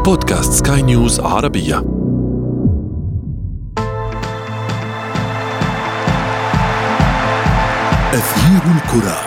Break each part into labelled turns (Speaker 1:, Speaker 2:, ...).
Speaker 1: بودكاست سكاي نيوز عربية. أثير الكرة.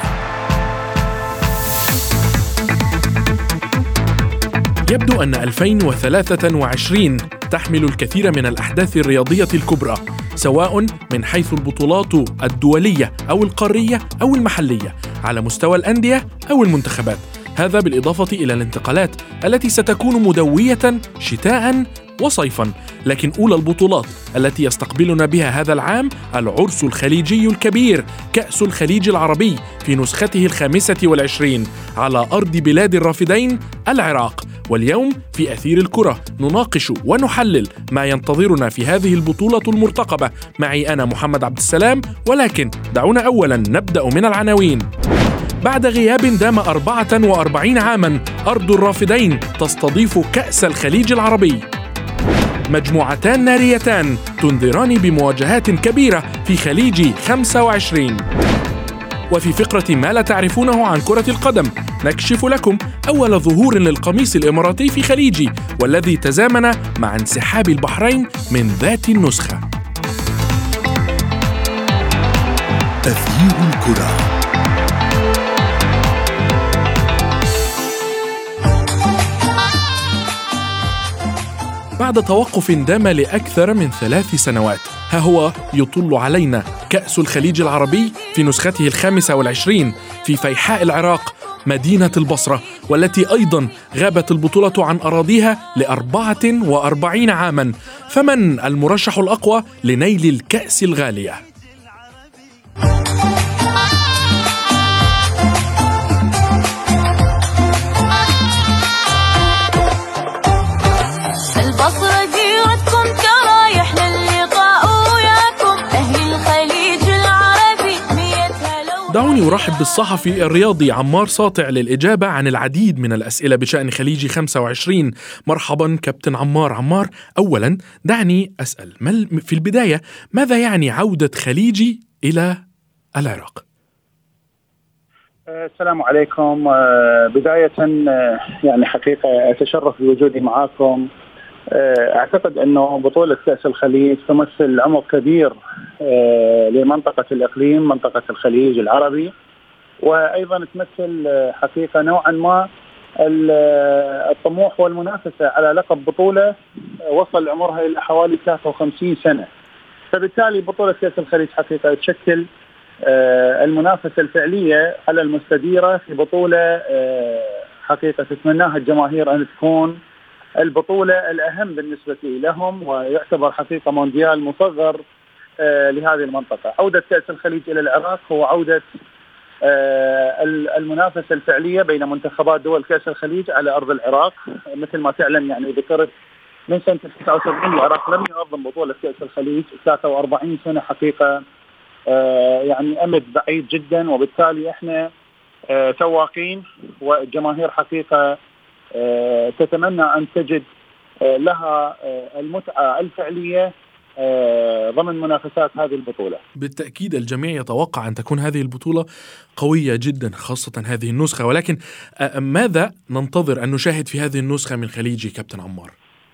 Speaker 1: يبدو أن 2023 تحمل الكثير من الأحداث الرياضية الكبرى، سواء من حيث البطولات الدولية أو القارية أو المحلية، على مستوى الأندية أو المنتخبات. هذا بالإضافة إلى الانتقالات التي ستكون مدوية شتاء وصيفا. لكن أولى البطولات التي يستقبلنا بها هذا العام العرس الخليجي الكبير، كأس الخليج العربي في نسخته 25 على أرض بلاد الرافدين العراق. واليوم في أثير الكرة نناقش ونحلل ما ينتظرنا في هذه البطولة المرتقبة. معي أنا محمد عبد السلام، ولكن دعونا أولا نبدأ من العناوين. بعد غياب دام 44 عاما، أرض الرافدين تستضيف كأس الخليج العربي. مجموعتان ناريتان تنذران بمواجهات كبيرة في خليج 25. وفي فقرة ما لا تعرفونه عن كرة القدم نكشف لكم أول ظهور للقميص الإماراتي في خليجي، والذي تزامن مع انسحاب البحرين من ذات النسخة. أثير الكرة. بعد توقف دام لأكثر من 3 سنوات، ها هو يطل علينا كأس الخليج العربي في نسخته 25 في فيحاء العراق، مدينة البصرة، والتي أيضا غابت البطولة عن أراضيها ل44 عاما. فمن المرشح الأقوى لنيل الكأس الغالية؟ دعوني أرحب بالصحفي الرياضي عمار ساطع للإجابة عن العديد من الأسئلة بشأن خليج 25. مرحبا كابتن عمار. أولا دعني أسأل في البداية، ماذا يعني عودة خليجي إلى العراق؟
Speaker 2: السلام عليكم. بداية يعني حقيقة أتشرف بوجودي معكم. أعتقد أنه بطولة كأس الخليج تمثل عمق كبير لمنطقة الإقليم، منطقة الخليج العربي، وأيضا تمثل حقيقة نوعا ما الطموح والمنافسة على لقب بطولة وصل عمرها إلى حوالي 53 سنة. فبالتالي بطولة كأس الخليج حقيقة تشكل المنافسة الفعلية على المستديرة في بطولة حقيقة تتمناها الجماهير أن تكون البطولة الأهم بالنسبة لهم، ويعتبر حقيقة مونديال مصغر لهذه المنطقة. عودة كأس الخليج إلى العراق هو عودة المنافسة الفعلية بين منتخبات دول كأس الخليج على أرض العراق. مثل ما تعلم يعني ذكرت من سنة 79 العراق لم ينظم بطولة كأس الخليج، 43 سنة حقيقة، يعني أمد بعيد جدا. وبالتالي احنا سواقين، والجماهير حقيقة تتمنى أن تجد لها المتعة الفعلية ضمن منافسات هذه البطولة.
Speaker 1: بالتأكيد الجميع يتوقع أن تكون هذه البطولة قوية جدا، خاصة هذه النسخة. ولكن ماذا ننتظر أن نشاهد في هذه النسخة من خليجي كابتن عمار؟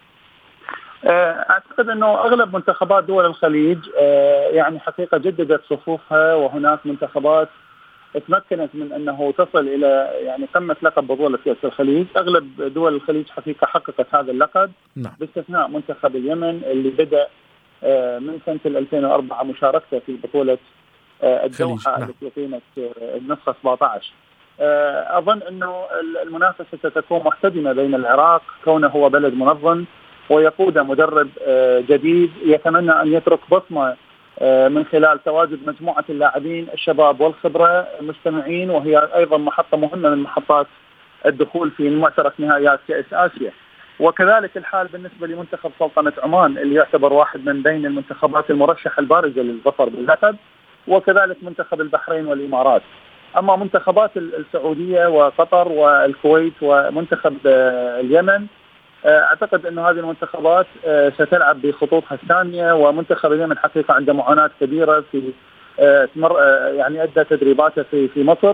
Speaker 2: أعتقد أنه أغلب منتخبات دول الخليج يعني حقيقة جددت صفوفها، وهناك منتخبات تمكنت من أنه تصل إلى يعني قمة لقب بطولة كأس الخليج. أغلب دول الخليج حقيقة حققت هذا اللقب، باستثناء منتخب اليمن اللي بدأ من سنة 2004 مشاركته في بطولة الدوحة التي أقيمت النسخة 17. أظن أنه المنافسة ستكون محتدمة بين العراق، كونه هو بلد منظم ويقود مدرب جديد يتمنى أن يترك بصمة من خلال تواجد مجموعة اللاعبين الشباب والخبرة مجتمعين، وهي أيضا محطة مهمة من محطات الدخول في معترك نهائيات كأس آسيا. وكذلك الحال بالنسبة لمنتخب سلطنة عمان اللي يعتبر واحد من بين المنتخبات المرشحة البارزة للظفر باللقب، وكذلك منتخب البحرين والإمارات. أما منتخبات السعودية وقطر والكويت ومنتخب اليمن، أعتقد أن هذه المنتخبات ستلعب بخطوطها الثانية. ومنتخب اليمن حقيقة عنده معاناة كبيرة في يعني أدى تدريباته في مصر،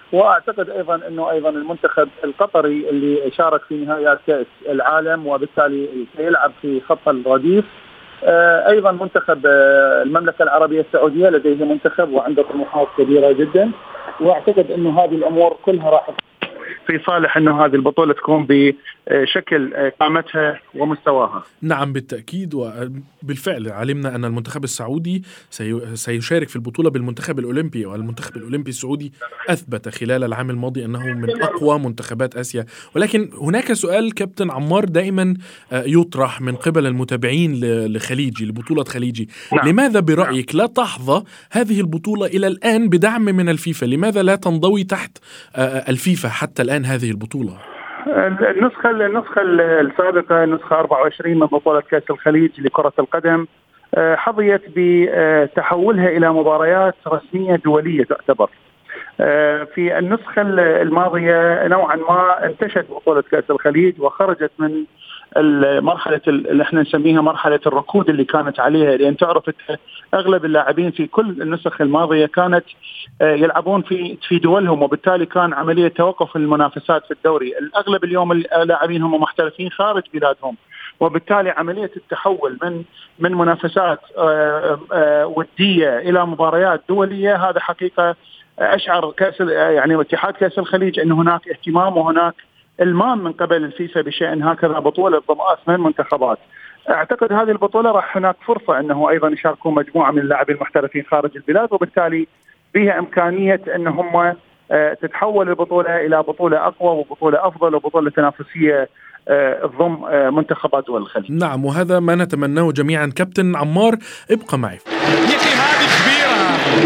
Speaker 2: واعتقد ايضا انه ايضا المنتخب القطري اللي شارك في نهائيات كاس العالم وبالتالي سيلعب في خط الرديف. ايضا منتخب المملكه العربيه السعوديه لديه منتخب وعنده طموحات كبيره جدا، واعتقد انه هذه الامور كلها راح في صالح انه هذه البطوله تكون بشكل قامتها ومستواها.
Speaker 1: نعم بالتأكيد، وبالفعل علمنا أن المنتخب السعودي سيشارك في البطولة بالمنتخب الأولمبي، والمنتخب الأولمبي السعودي أثبت خلال العام الماضي أنه من أقوى منتخبات آسيا. ولكن هناك سؤال كابتن عمار دائما يطرح من قبل المتابعين لخليجي، لبطولة خليجي. نعم. لماذا برأيك لا تحظى هذه البطولة إلى الآن بدعم من الفيفا؟ لماذا لا تنضوي تحت الفيفا حتى الآن هذه البطولة؟
Speaker 2: النسخة السابقة، نسخة 24 من بطولة كأس الخليج لكرة القدم، حظيت بتحولها إلى مباريات رسمية دولية تعتبر. في النسخة الماضية نوعا ما انتشت بطولة كأس الخليج وخرجت من المرحلة اللي احنا نسميها مرحلة الركود اللي كانت عليها، لأن تعرف أغلب اللاعبين في كل النسخ الماضية كانت يلعبون في دولهم، وبالتالي كان عملية توقف المنافسات في الدوري. الأغلب اليوم اللاعبين هم محترفين خارج بلادهم، وبالتالي عملية التحول من منافسات ودية إلى مباريات دولية، هذا حقيقة أشعر يعني اتحاد كأس الخليج أن هناك اهتمام وهناك المام من قبل الفيفا بشأن هكذا بطولة ضم 8 منتخبات. أعتقد هذه البطولة راح هناك فرصة أنه أيضا يشاركون مجموعة من اللاعبين المحترفين خارج البلاد، وبالتالي فيها إمكانية أن هم تتحول البطولة إلى بطولة أقوى وبطولة أفضل وبطولة تنافسية تضم منتخبات دول الخليج.
Speaker 1: نعم، وهذا ما نتمناه جميعا. كابتن عمار ابقى معي.
Speaker 3: يا أخي هذه كبيرة،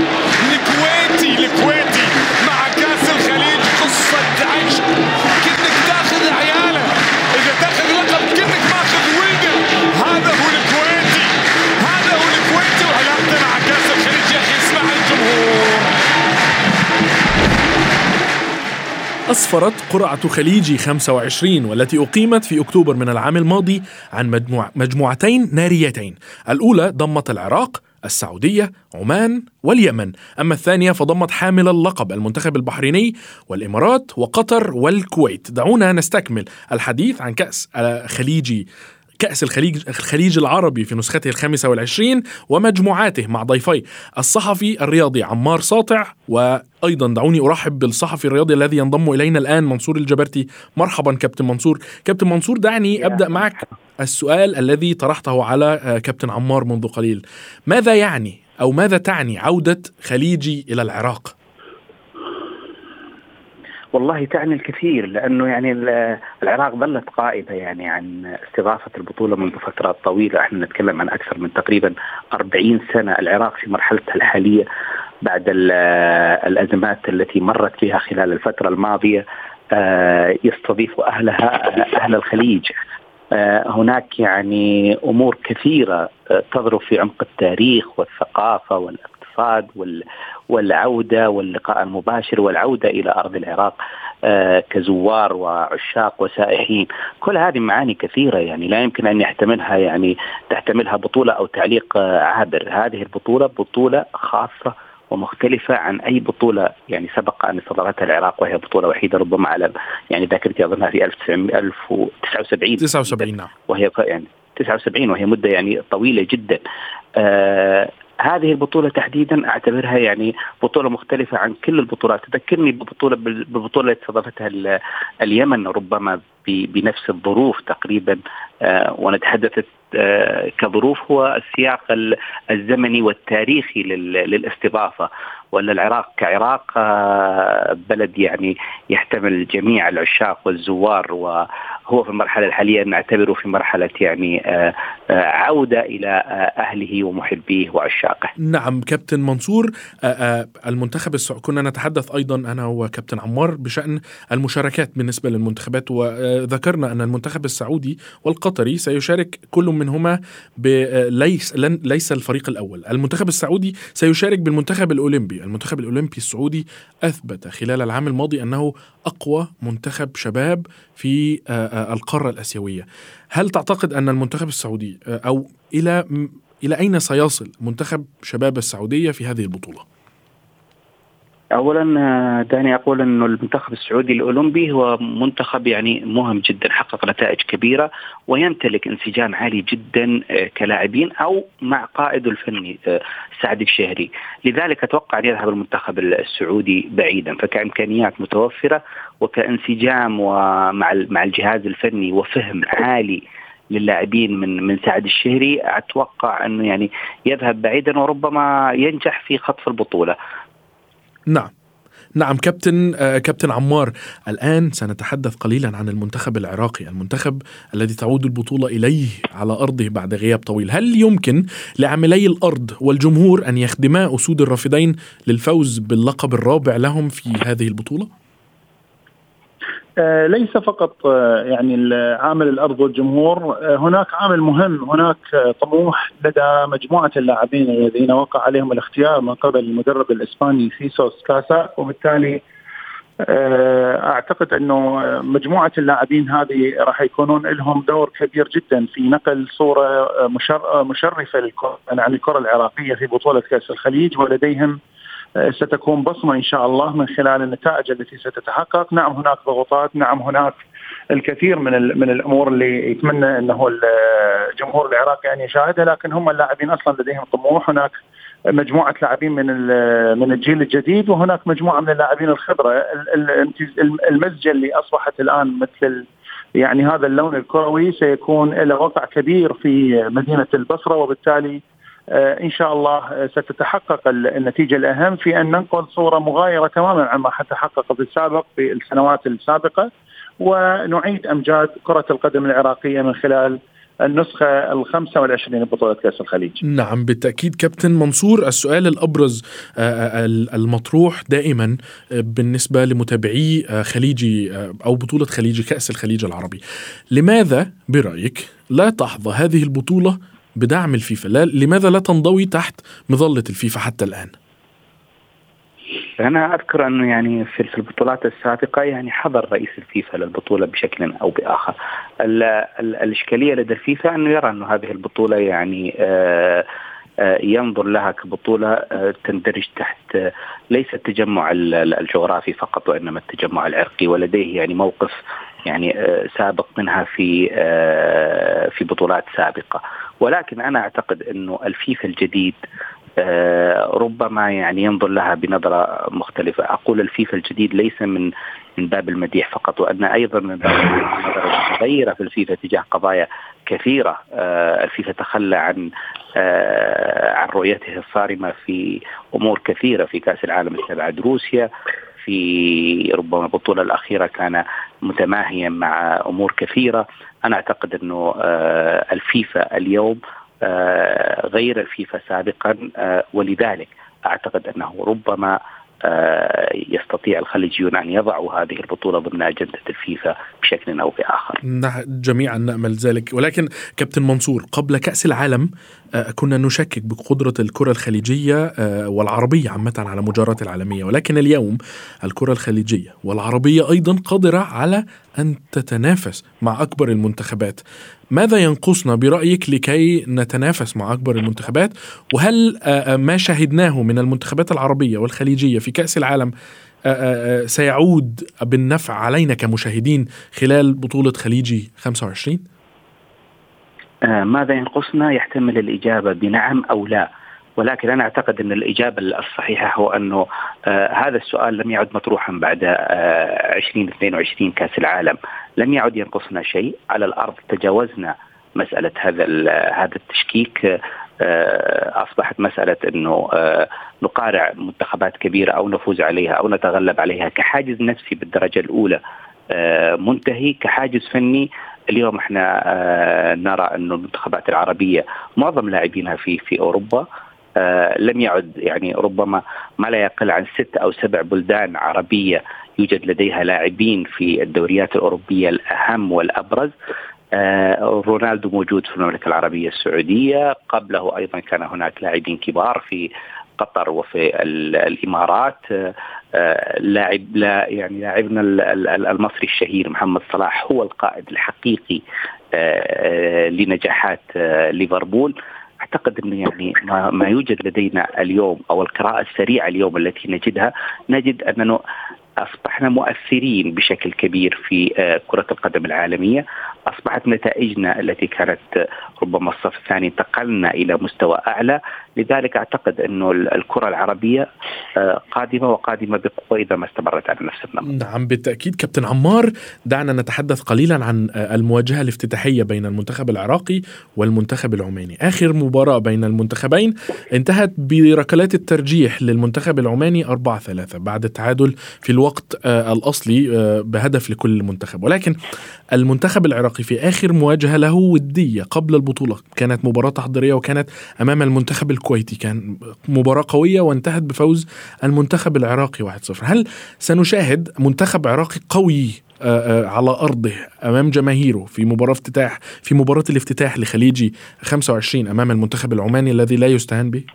Speaker 3: الكويتي مع كأس الخليج قصة عيش، كأنك تاخذ عياله، إذا تاخذ لقب كأنك ماخذ ولده. هذا هو الكويتي وعلاقته مع كأس الخليج. يا أخي اسمع الجمهور.
Speaker 1: أسفرت قرعة خليجي 25 والتي أقيمت في أكتوبر من العام الماضي عن مجموعتين ناريتين. الأولى ضمت العراق، السعودية، عمان واليمن، أما الثانية فضمت حامل اللقب المنتخب البحريني والإمارات وقطر والكويت. دعونا نستكمل الحديث عن كأس الخليج العربي في نسخته 25 ومجموعاته مع ضيفي الصحفي الرياضي عمار ساطع، وأيضا دعوني أرحب بالصحفي الرياضي الذي ينضم إلينا الآن منصور الجبرتي. مرحبا كابتن منصور. كابتن منصور، دعني أبدأ معك السؤال الذي طرحته على كابتن عمار منذ قليل. ماذا يعني أو ماذا تعني عودة خليجي إلى العراق؟
Speaker 4: والله تعني الكثير، لأنه يعني العراق ظلت غائبة يعني عن استضافة البطولة منذ فترة طويلة. احنا نتكلم عن أكثر من تقريبا 40 سنة. العراق في مرحلتها الحالية بعد الأزمات التي مرت فيها خلال الفترة الماضية يستضيف أهل الخليج. هناك يعني أمور كثيرة تضرب في عمق التاريخ والثقافة والاقتصاد والعودة واللقاء المباشر والعودة إلى أرض العراق كزوار وعشاق وسائحين. كل هذه معاني كثيرة يعني لا يمكن أن تحتملها بطولة أو تعليق عابر. هذه البطولة بطولة خاصة ومختلفة عن أي بطولة يعني سبق أن استضافتها العراق، وهي بطولة وحيدة ربما على يعني ذاكرتي أظنها في 1979
Speaker 1: نعم،
Speaker 4: وهي يعني 79 وهي مدة يعني طويلة جدا. هذه البطولة تحديدا أعتبرها يعني بطولة مختلفة عن كل البطولات. تذكرني ببطولة استضافتها اليمن ربما بنفس الظروف تقريبا، ونتحدث كظروف هو السياق الزمني والتاريخي للاستضافة. ولا العراق كعراق بلد يعني يحتمل جميع العشاق والزوار، وهو في المرحلة الحالية نعتبره في مرحلة يعني عودة إلى أهله ومحبيه وعشاقه.
Speaker 1: نعم كابتن منصور، المنتخب السعودي كنا نتحدث أيضا أنا وكابتن عمار بشأن المشاركات بالنسبة للمنتخبات، وذكرنا أن المنتخب السعودي والقطري سيشارك كل منهما ليس الفريق الأول. المنتخب السعودي سيشارك بالمنتخب الأولمبي. المنتخب الأولمبي السعودي أثبت خلال العام الماضي أنه أقوى منتخب شباب في القارة الآسيوية. هل تعتقد أن المنتخب السعودي أو إلى أين سيصل منتخب شباب السعودية في هذه البطولة؟
Speaker 4: أولا دعني أقول أنه المنتخب السعودي الأولمبي هو منتخب يعني مهم جدا، حقق نتائج كبيرة ويمتلك انسجام عالي جدا كلاعبين أو مع قائده الفني سعد الشهري. لذلك أتوقع أن يذهب المنتخب السعودي بعيدا، فكإمكانيات متوفرة وكانسجام ومع الجهاز الفني وفهم عالي للاعبين من سعد الشهري، أتوقع أنه يعني يذهب بعيدا وربما ينجح في خطف البطولة.
Speaker 1: نعم كابتن عمار، الآن سنتحدث قليلا عن المنتخب العراقي، المنتخب الذي تعود البطولة إليه على أرضه بعد غياب طويل. هل يمكن لعاملي الأرض والجمهور أن يخدما أسود الرافدين للفوز باللقب الرابع لهم في هذه البطولة؟
Speaker 2: ليس فقط يعني عامل الأرض والجمهور، هناك عامل مهم، هناك طموح لدى مجموعة اللاعبين الذين وقع عليهم الاختيار من قبل المدرب الإسباني سيسوس كاسا، وبالتالي أعتقد أنه مجموعة اللاعبين هذه راح يكونون لهم دور كبير جدا في نقل صورة مشرفة عن الكرة العراقية في بطولة كأس الخليج، ولديهم ستكون بصمة إن شاء الله من خلال النتائج التي ستتحقق. نعم هناك ضغوطات، نعم هناك الكثير من الأمور اللي يتمنى أنه الجمهور العراقي أن يشاهدها، لكن هم اللاعبين أصلا لديهم طموح. هناك مجموعة لاعبين من الجيل الجديد، وهناك مجموعة من اللاعبين الخبرة. المزجة اللي أصبحت الآن مثل يعني هذا اللون الكروي سيكون له وقع كبير في مدينة البصرة، وبالتالي إن شاء الله ستتحقق النتيجة الأهم في أن ننقل صورة مغايرة تماما عما تحقق في السابق في السنوات السابقة، ونعيد أمجاد كرة القدم العراقية من خلال النسخة 25 بطولة كأس الخليج.
Speaker 1: نعم بالتأكيد كابتن منصور، السؤال الأبرز المطروح دائما بالنسبة لمتابعي خليجي أو بطولة خليجي كأس الخليج العربي، لماذا برأيك لا تحظى هذه البطولة بدعم الفيفا؟ لماذا لا تنضوي تحت مظلة الفيفا حتى الآن؟
Speaker 4: أنا أذكر أنه يعني في البطولات السابقة يعني حضر رئيس الفيفا للبطولة بشكل أو بآخر. الإشكالية لدى الفيفا أنه يرى أنه هذه البطولة يعني ينظر لها كبطولة تندرج تحت ليس التجمع الجغرافي فقط وإنما التجمع العرقي، ولديه يعني موقف يعني سابق منها في بطولات سابقة. ولكن أنا أعتقد أنه الفيفا الجديد ربما يعني ينظر لها بنظرة مختلفة. أقول الفيفا الجديد ليس من باب المديح فقط، وأن أيضا من باب النظرة المتغيرة في الفيفا تجاه قضايا كثيرة. الفيفا تخلى عن رؤيته الصارمة في أمور كثيرة في كأس العالم استبعاد روسيا، في ربما البطولة الأخيرة كان متماهيا مع أمور كثيرة. أنا أعتقد أنه الفيفا اليوم غير الفيفا سابقا، ولذلك أعتقد أنه ربما يستطيع الخليجيون أن يضعوا هذه البطولة ضمن أجندة الفيفا بشكل أو بآخر.
Speaker 1: جميعا نأمل ذلك. ولكن كابتن منصور، قبل كأس العالم كنا نشكك بقدرة الكرة الخليجية والعربية عامة على مجاراة العالمية، ولكن اليوم الكرة الخليجية والعربية أيضا قادرة على أن تتنافس مع أكبر المنتخبات. ماذا ينقصنا برأيك لكي نتنافس مع أكبر المنتخبات؟ وهل ما شاهدناه من المنتخبات العربية والخليجية في كأس العالم سيعود بالنفع علينا كمشاهدين خلال بطولة خليجي 25؟
Speaker 4: ماذا ينقصنا؟ يحتمل الإجابة بنعم أو لا، ولكن أنا أعتقد أن الإجابة الصحيحة هو أنه هذا السؤال لم يعد مطروحا بعد 2022 كأس العالم. لم يعد ينقصنا شيء على الأرض، تجاوزنا مسألة هذا التشكيك. أصبحت مسألة أنه نقارع منتخبات كبيرة أو نفوز عليها أو نتغلب عليها كحاجز نفسي بالدرجة الأولى منتهي. كحاجز فني اليوم احنا نرى أن المنتخبات العربية معظم لاعبينها في أوروبا. لم يعد يعني ربما ما لا يقل عن 6 أو 7 بلدان عربية يوجد لديها لاعبين في الدوريات الأوروبية الأهم والأبرز. رونالدو موجود في المملكة العربية السعودية، قبله أيضا كان هناك لاعبين كبار في قطر وفي الإمارات. لاعبنا المصري الشهير محمد صلاح هو القائد الحقيقي لنجاحات ليفربول. أعتقد أنه يعني ما يوجد لدينا اليوم أو القراءة السريعة اليوم التي نجدها، نجد أننا أصبحنا مؤثرين بشكل كبير في كرة القدم العالمية. أصبحت نتائجنا التي كانت ربما الصف الثاني انتقلنا إلى مستوى أعلى. لذلك أعتقد أنه الكرة العربية قادمة وقادمة بقوة إذا ما استمرت على نفس النمط.
Speaker 1: نعم بالتأكيد. كابتن عمار، دعنا نتحدث قليلا عن المواجهة الافتتاحية بين المنتخب العراقي والمنتخب العماني. آخر مباراة بين المنتخبين انتهت بركلات الترجيح للمنتخب العماني 4-3 بعد التعادل في الوقت الأصلي بهدف لكل منتخب، ولكن المنتخب العراقي في آخر مواجهة له ودية قبل البطولة كانت مباراة تحضيرية وكانت أمام المنتخب الكويتي، كان مباراة قوية وانتهت بفوز المنتخب العراقي 1-0. هل سنشاهد منتخب عراقي قوي على أرضه أمام جماهيره في مباراة الافتتاح لخليجي 25 أمام المنتخب العماني الذي لا يستهان به؟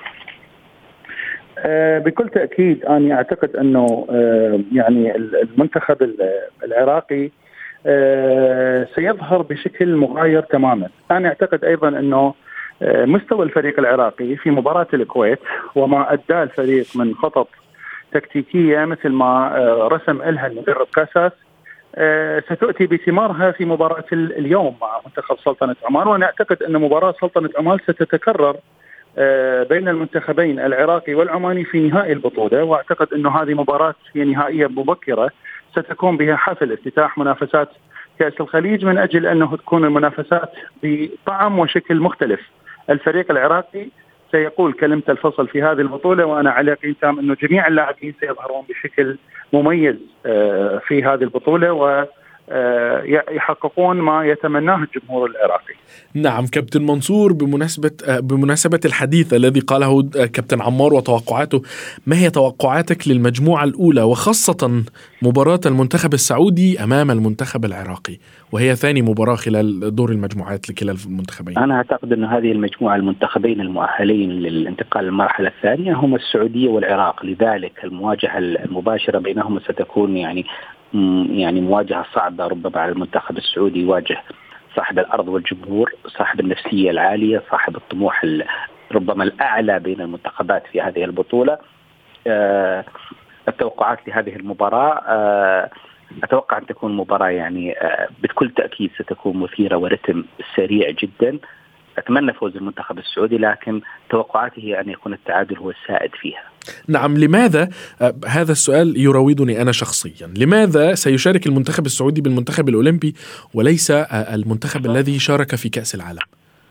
Speaker 2: بكل تأكيد أنا أعتقد أنه يعني المنتخب العراقي سيظهر بشكل مغاير تماما. أنا أعتقد أيضا أنه مستوى الفريق العراقي في مباراة الكويت وما أدى الفريق من خطط تكتيكية مثل ما رسم لها المدرب كاساس ستؤتي بثمارها في مباراة اليوم مع منتخب سلطنة عمان. وأنا أعتقد أن مباراة سلطنة عمان ستتكرر بين المنتخبين العراقي والعماني في نهائي البطولة، وأعتقد أنه هذه مباراة هي نهائية مبكرة ستكون بها حفل افتتاح منافسات كأس الخليج، من أجل أنه تكون المنافسات بطعم وشكل مختلف. الفريق العراقي سيقول كلمة الفصل في هذه البطولة، وأنا على يقين تام أنه جميع اللاعبين سيظهرون بشكل مميز في هذه البطولة ويحققون ما يتمناه الجمهور العراقي.
Speaker 1: نعم كابتن منصور، بمناسبة الحديث الذي قاله كابتن عمار وتوقعاته، ما هي توقعاتك للمجموعة الأولى وخاصة مباراة المنتخب السعودي أمام المنتخب العراقي وهي ثاني مباراة خلال دور المجموعات لكلا المنتخبين؟
Speaker 4: أنا أعتقد أن هذه المجموعة المنتخبين المؤهلين للانتقال للمرحلة الثانية هم السعودية والعراق، لذلك المواجهة المباشرة بينهم ستكون يعني مواجهة صعبة. ربما على المنتخب السعودي يواجه صاحب الأرض والجمهور، صاحب النفسية العالية، صاحب الطموح ربما الأعلى بين المنتخبات في هذه البطولة. التوقعات لهذه المباراة أتوقع أن تكون مباراة يعني بكل تأكيد ستكون مثيرة ورتم سريع جدا. أتمنى فوز المنتخب السعودي، لكن توقعاتي هي أن يكون التعادل هو السائد فيها.
Speaker 1: نعم، لماذا هذا السؤال يراودني أنا شخصيا؟ لماذا سيشارك المنتخب السعودي بالمنتخب الأولمبي وليس المنتخب الذي شارك في كأس العالم؟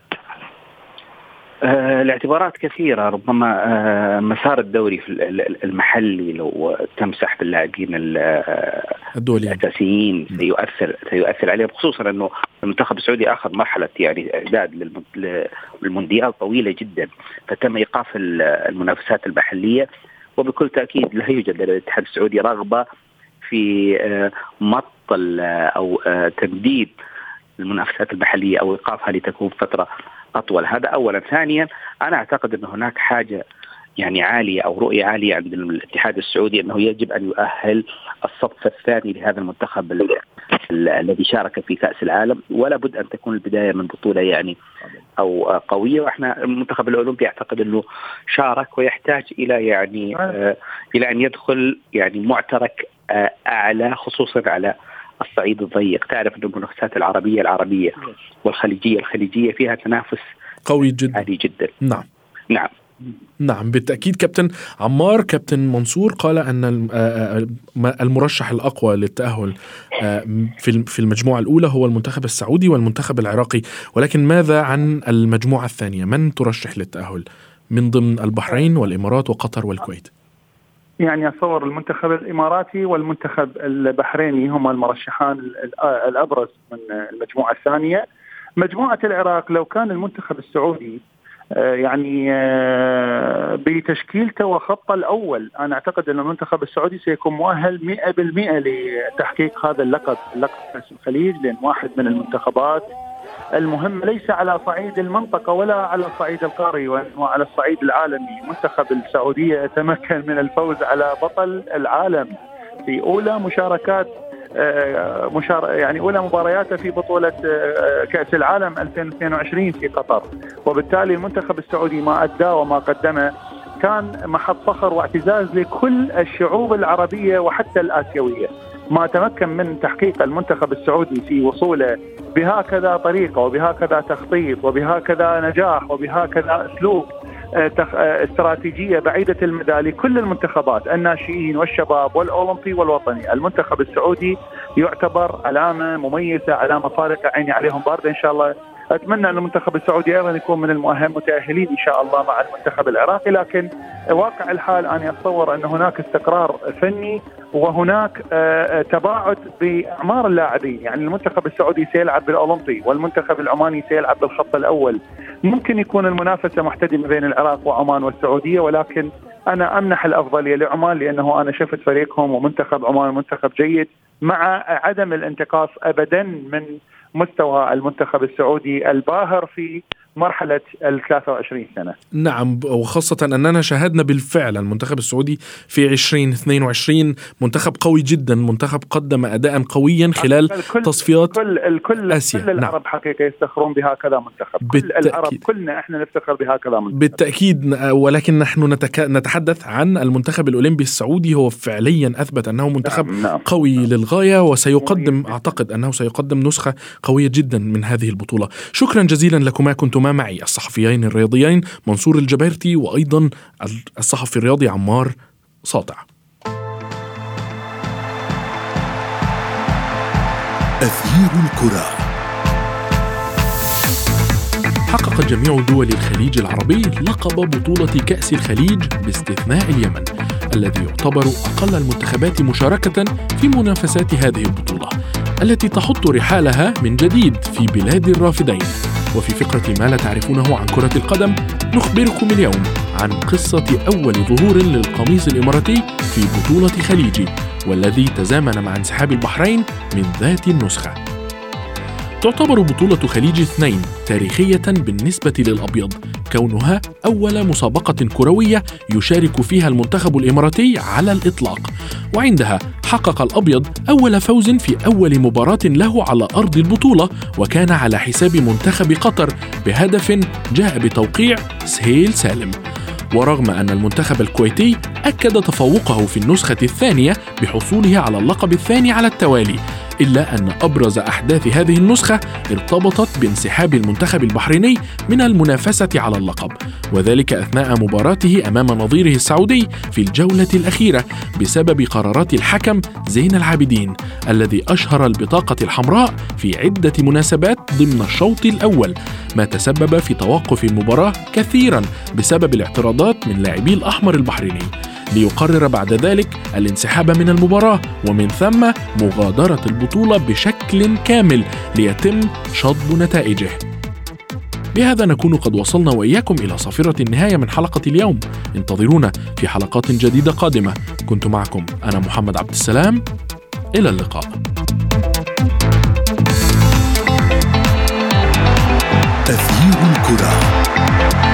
Speaker 4: الاعتبارات كثيرة. ربما مسار الدوري في المحلي لو تم سحب اللاعبين الأساسيين سيؤثر عليه، خصوصا أنه المنتخب السعودي أخذ مرحلة يعني إعداد للمونديال طويلة جدا، فتم إيقاف المنافسات المحلية، وبكل تأكيد لا يوجد للاتحاد السعودي رغبة في مط أو تمديد المنافسات المحلية أو إيقافها لتكون فترة أطول. هذا أولا. ثانيا، أنا أعتقد أن هناك حاجة يعني عالية أو رؤية عالية عند الاتحاد السعودي أنه يجب أن يؤهل الصف الثاني لهذا المنتخب الذي شارك في كأس العالم، ولا بد أن تكون البداية من بطولة يعني أو قوية. وإحنا المنتخب الأولمبي أعتقد أنه شارك ويحتاج إلى يعني إلى أن يدخل يعني معترك أعلى، خصوصا على الصعيد الضيق. تعرف أن المنافسات العربية والخليجية فيها تنافس
Speaker 1: قوي جدا عالي
Speaker 4: جدا. نعم
Speaker 1: بالتأكيد. كابتن عمار، كابتن منصور قال أن المرشح الأقوى للتأهل في المجموعة الأولى هو المنتخب السعودي والمنتخب العراقي، ولكن ماذا عن المجموعة الثانية؟ من ترشح للتأهل من ضمن البحرين والإمارات وقطر والكويت؟
Speaker 2: يعني أتصور المنتخب الإماراتي والمنتخب البحريني هما المرشحان الأبرز من المجموعة الثانية. مجموعة العراق لو كان المنتخب السعودي يعني بتشكيلته وخطه الأول، أنا أعتقد أن المنتخب السعودي سيكون مؤهل 100% لتحقيق هذا اللقب كأس الخليج، لأن واحد من المنتخبات المهمة ليس على صعيد المنطقة ولا على الصعيد القاري وعلى الصعيد العالمي. منتخب السعودية يتمكن من الفوز على بطل العالم في أولى مشاركات يعني أولى مبارياته في بطولة كأس العالم 2022 في قطر، وبالتالي المنتخب السعودي ما أداه وما قدمه كان محط فخر واعتزاز لكل الشعوب العربية وحتى الآسيوية. ما تمكن من تحقيق المنتخب السعودي في وصوله بهكذا طريقة وبهكذا تخطيط وبهكذا نجاح وبهكذا أسلوب استراتيجية بعيدة المدى لكل المنتخبات الناشئين والشباب والأولمبي والوطني. المنتخب السعودي يعتبر علامة مميزة، علامة فارقة، عيني عليهم باردة إن شاء الله. أتمنى أن المنتخب السعودي أيضا يكون من المتأهلين إن شاء الله مع المنتخب العراقي، لكن واقع الحال أنا أتصور أن هناك استقرار فني وهناك تباعد بأعمار اللاعبين. يعني المنتخب السعودي سيلعب بالأولمبي والمنتخب العماني سيلعب بالخط الأول. ممكن يكون المنافسة محتدمة بين العراق وعمان والسعودية، ولكن أنا أمنح الأفضلية لعمان لأنه أنا شفت فريقهم ومنتخب عمان منتخب جيد، مع عدم الانتقاص أبدا من مستوى المنتخب السعودي الباهر في مرحلة 23 سنة.
Speaker 1: نعم، وخاصة أننا شاهدنا بالفعل المنتخب السعودي في 2022 منتخب قوي جدا، منتخب قدم أداء قويا خلال تصفيات آسيا.
Speaker 2: كل العرب حقيقة يفتخرون بهكذا منتخب، كل العرب كلنا إحنا نفتخر بهكذا منتخب
Speaker 1: بالتأكيد. ولكن نحن نتحدث عن المنتخب الأولمبي السعودي، هو فعليا أثبت أنه منتخب قوي للغاية، وسيقدم أعتقد أنه سيقدم نسخة قوية جدا من هذه البطولة. شكرا جزيلا لكما، كنتما معي الصحفيين الرياضيين منصور الجبيرتي وأيضا الصحفي الرياضي عمار ساطع.
Speaker 5: أثير الكرة.
Speaker 1: حقق جميع دول الخليج العربي لقب بطولة كأس الخليج باستثناء اليمن، الذي يعتبر أقل المنتخبات مشاركة في منافسات هذه البطولة التي تحط رحالها من جديد في بلاد الرافدين. وفي فقرة ما لا تعرفونه عن كرة القدم نخبركم اليوم عن قصة أول ظهور للقميص الإماراتي في بطولة خليجي، والذي تزامن مع انسحاب البحرين من ذات النسخة. تعتبر بطولة خليج 2 تاريخية بالنسبة للأبيض، كونها أول مسابقة كروية يشارك فيها المنتخب الإماراتي على الإطلاق، وعندها حقق الأبيض أول فوز في أول مباراة له على أرض البطولة، وكان على حساب منتخب قطر بهدف جاء بتوقيع سهيل سالم. ورغم أن المنتخب الكويتي أكد تفوقه في النسخة الثانية بحصوله على اللقب الثاني على التوالي، إلا أن أبرز أحداث هذه النسخة ارتبطت بانسحاب المنتخب البحريني من المنافسة على اللقب، وذلك أثناء مباراته أمام نظيره السعودي في الجولة الأخيرة بسبب قرارات الحكم زين العابدين، الذي أشهر البطاقة الحمراء في عدة مناسبات ضمن الشوط الأول، ما تسبب في توقف المباراة كثيرا بسبب الاعتراضات من لاعبي الأحمر البحريني، ليقرر بعد ذلك الانسحاب من المباراة، ومن ثم مغادرة البطولة بشكل كامل ليتم شطب نتائجه. بهذا نكون قد وصلنا وإياكم إلى صافرة النهاية من حلقة اليوم. انتظرونا في حلقات جديدة قادمة. كنت معكم أنا محمد عبد السلام، إلى اللقاء.
Speaker 5: أثير الكرة.